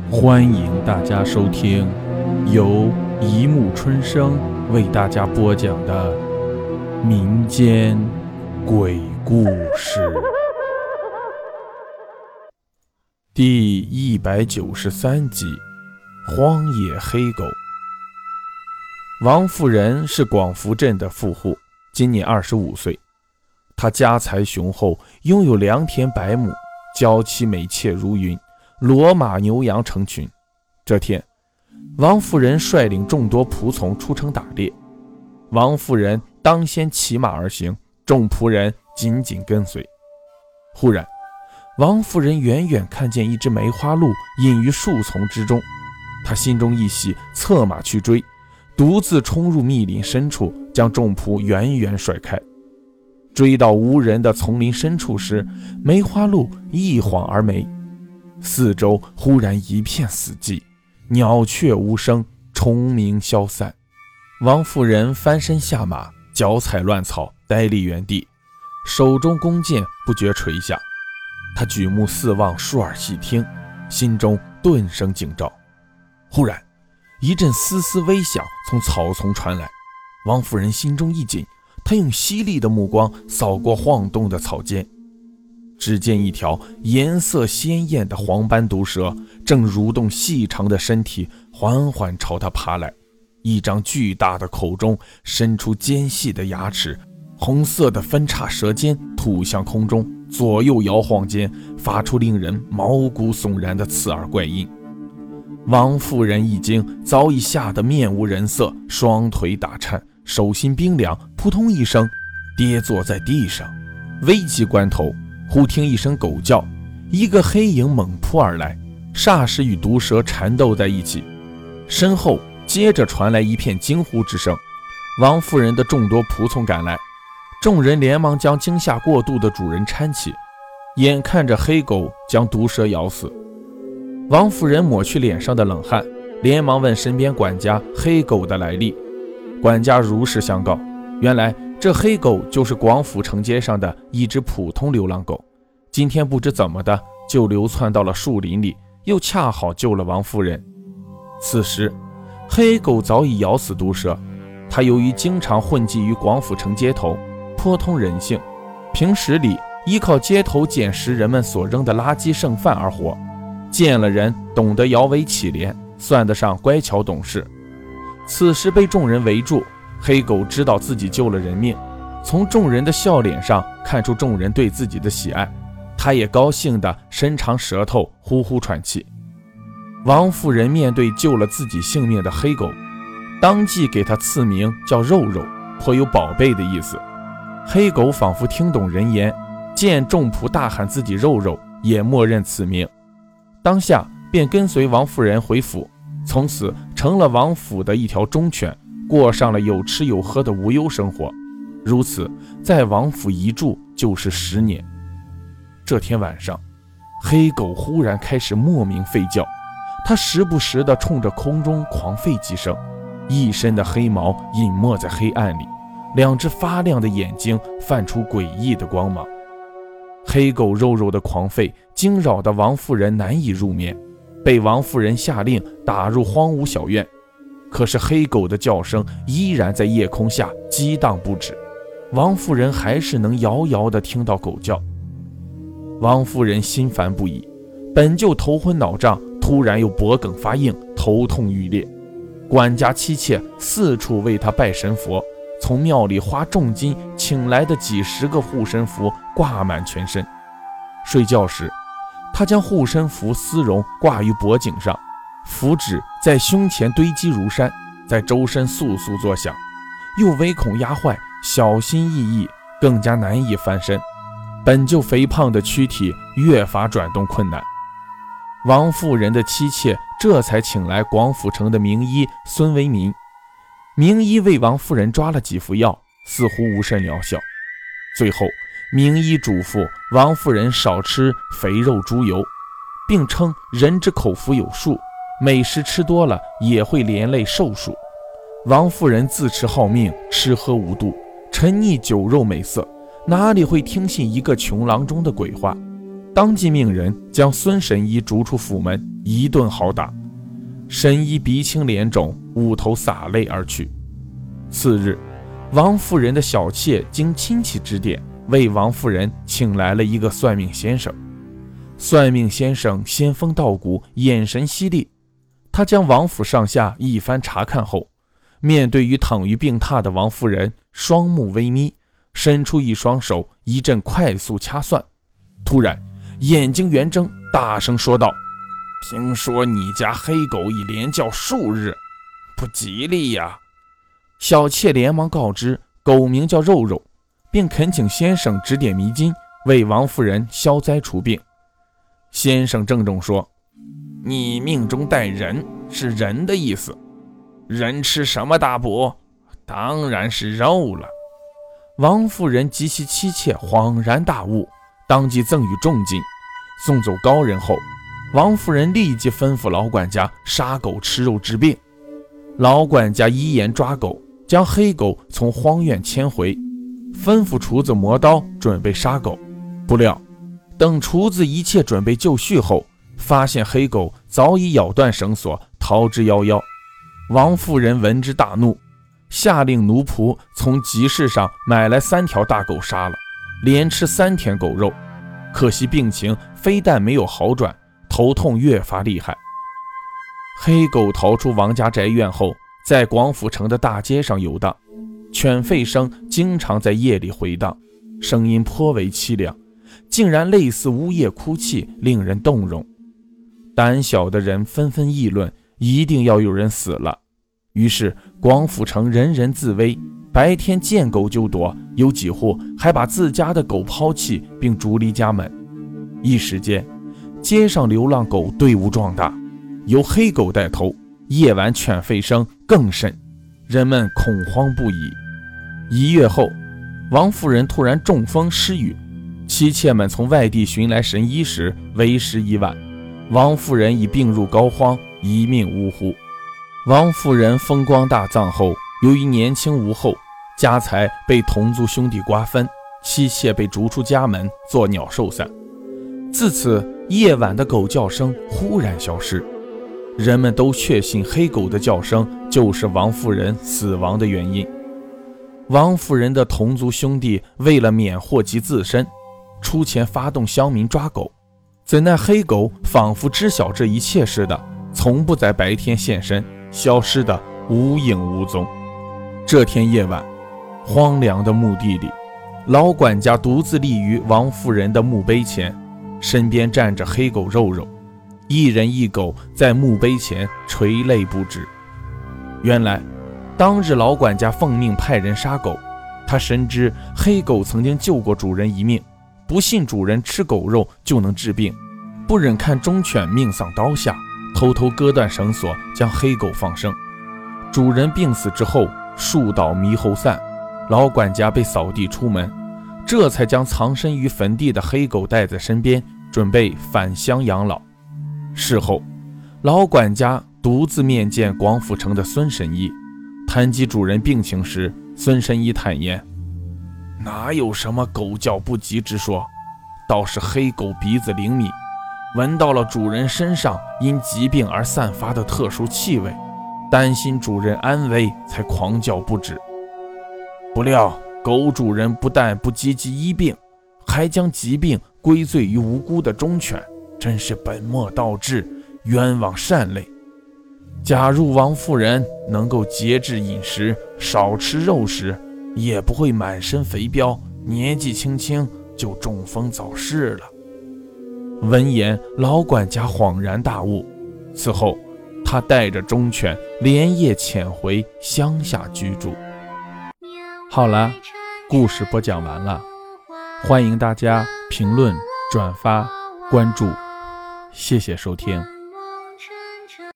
欢迎大家收听由一木春生为大家播讲的民间鬼故事第193集荒野黑狗。王妇人是广福镇的富户，今年25岁。她家财雄厚，拥有良田100亩，娇妻美妾如云，骡马牛羊成群。这天，王夫人率领众多仆从出城打猎。王夫人当先骑马而行，众仆人紧紧跟随。忽然，王夫人远远看见一只梅花鹿隐于树丛之中，她心中一喜，策马去追，独自冲入密林深处，将众仆远远甩开。追到无人的丛林深处时，梅花鹿一晃而没，四周忽然一片死寂，鸟雀无声，虫鸣消散。王夫人翻身下马，脚踩乱草，呆立原地，手中弓箭不觉垂下。她举目四望，竖耳细听，心中顿生警兆。忽然一阵丝丝微响从草丛传来，王夫人心中一紧，她用犀利的目光扫过晃动的草间，只见一条颜色鲜艳的黄斑毒蛇正蠕动细长的身体，缓缓朝他爬来。一张巨大的口中伸出尖细的牙齿，红色的分叉舌尖吐向空中，左右摇晃间发出令人毛骨悚然的刺耳怪音。王妇人一惊，早已吓得面无人色，双腿打颤，手心冰凉，扑通一声跌坐在地上。危急关头，忽听一声狗叫，一个黑影猛扑而来，霎时与毒蛇缠斗在一起。身后接着传来一片惊呼之声，王夫人的众多仆从赶来，众人连忙将惊吓过度的主人搀起，眼看着黑狗将毒蛇咬死。王夫人抹去脸上的冷汗，连忙问身边管家黑狗的来历。管家如实相告，原来这黑狗就是广府城街上的一只普通流浪狗，今天不知怎么的就流窜到了树林里，又恰好救了王夫人。此时黑狗早已咬死毒蛇，它由于经常混迹于广府城街头，颇通人性，平时里依靠街头捡拾人们所扔的垃圾剩饭而活，见了人懂得摇尾乞怜，算得上乖巧懂事。此时被众人围住，黑狗知道自己救了人命，从众人的笑脸上看出众人对自己的喜爱，他也高兴地伸长舌头呼呼喘气。王夫人面对救了自己性命的黑狗，当即给他赐名叫肉肉，颇有宝贝的意思。黑狗仿佛听懂人言，见众仆大喊自己肉肉，也默认此名，当下便跟随王夫人回府，从此成了王府的一条忠犬，过上了有吃有喝的无忧生活。如此在王府一住就是10年。这天晚上，黑狗忽然开始莫名吠叫，它时不时地冲着空中狂吠几声，一身的黑毛隐没在黑暗里，两只发亮的眼睛泛出诡异的光芒。黑狗肉肉的狂吠惊扰的王夫人难以入眠，被王夫人下令打入荒芜小院。可是黑狗的叫声依然在夜空下激荡不止，王夫人还是能遥遥地听到狗叫。王夫人心烦不已，本就头昏脑胀，突然又脖梗发硬，头痛欲裂。管家妻妾四处为她拜神佛，从庙里花重金请来的几10个护身符挂满全身。睡觉时，她将护身符丝绒挂于脖颈上，符纸在胸前堆积如山，在周身簌簌作响，又唯恐压坏，小心翼翼，更加难以翻身。本就肥胖的躯体越发转动困难。王夫人的妻妾这才请来广府城的名医孙维民。名医为王夫人抓了几副药，似乎无甚疗效。最后名医嘱咐王夫人少吃肥肉猪油，并称人之口腹有数，美食吃多了也会连累寿数。王夫人自持好命，吃喝无度，沉溺酒肉美色，哪里会听信一个穷郎中的鬼话？ 当即命人将孙神医逐出府门，一顿好打。神医鼻青脸肿，捂头洒泪而去。次日，王夫人的小妾经亲戚指点，为王夫人请来了一个算命先生。算命先生仙风道骨，眼神犀利。他将王府上下一番查看后，面对于躺于病榻的王夫人，双目微眯，伸出一双手，一阵快速掐算。突然眼睛圆睁，大声说道：听说你家黑狗已连叫数日，不吉利呀。小妾连忙告知狗名叫肉肉，并恳请先生指点迷津，为王夫人消灾除病。先生郑重说：你命中带人，是人的意思，人吃什么大补？当然是肉了。王夫人及其妻妾恍然大悟，当即赠予重金。送走高人后，王夫人立即吩咐老管家杀狗吃肉治病。老管家依言抓狗，将黑狗从荒院牵回，吩咐厨子磨刀准备杀狗。不料等厨子一切准备就绪后，发现黑狗早已咬断绳索，逃之夭夭。王夫人闻之大怒，下令奴仆从集市上买来3条大狗杀了，连吃3天狗肉。可惜病情非但没有好转，头痛越发厉害。黑狗逃出王家宅院后，在广府城的大街上游荡，犬吠声经常在夜里回荡，声音颇为凄凉，竟然类似呜咽哭泣，令人动容。胆小的人纷纷议论，一定要有人死了。于是广府城人人自危，白天见狗就躲，有几户还把自家的狗抛弃并逐离家门。一时间，街上流浪狗队伍壮大，由黑狗带头，夜晚犬吠声更甚，人们恐慌不已。1月后，王夫人突然中风失语，妻妾们从外地寻来神医时，为时已晚，王夫人已病入膏肓，一命呜呼。王夫人风光大葬后，由于年轻无后，家财被同族兄弟瓜分，妻妾被逐出家门，作鸟兽散。自此，夜晚的狗叫声忽然消失，人们都确信黑狗的叫声就是王夫人死亡的原因。王夫人的同族兄弟为了免祸及自身，出钱发动乡民抓狗，怎奈黑狗仿佛知晓这一切似的，从不在白天现身，消失得无影无踪。这天夜晚，荒凉的墓地里，老管家独自立于王夫人的墓碑前，身边站着黑狗肉肉，一人一狗在墓碑前垂泪不止。原来当日老管家奉命派人杀狗，他深知黑狗曾经救过主人一命，不信主人吃狗肉就能治病，不忍看忠犬命丧刀下，偷偷割断绳索，将黑狗放生。主人病死之后，树倒猕猴散，老管家被扫地出门，这才将藏身于坟地的黑狗带在身边，准备返乡养老。事后，老管家独自面见广府城的孙神医，谈及主人病情时，孙神医坦言：哪有什么狗叫不急之说，倒是黑狗鼻子灵敏，闻到了主人身上因疾病而散发的特殊气味，担心主人安危才狂叫不止。不料狗主人不但不积极医病，还将疾病归罪于无辜的忠犬，真是本末倒置，冤枉善类。假如王夫人能够节制饮食，少吃肉食，也不会满身肥膘，年纪轻轻就中风早逝了。闻言，老管家恍然大悟，此后他带着忠犬连夜潜回乡下居住。好了，故事播讲完了，欢迎大家评论、转发、关注，谢谢收听。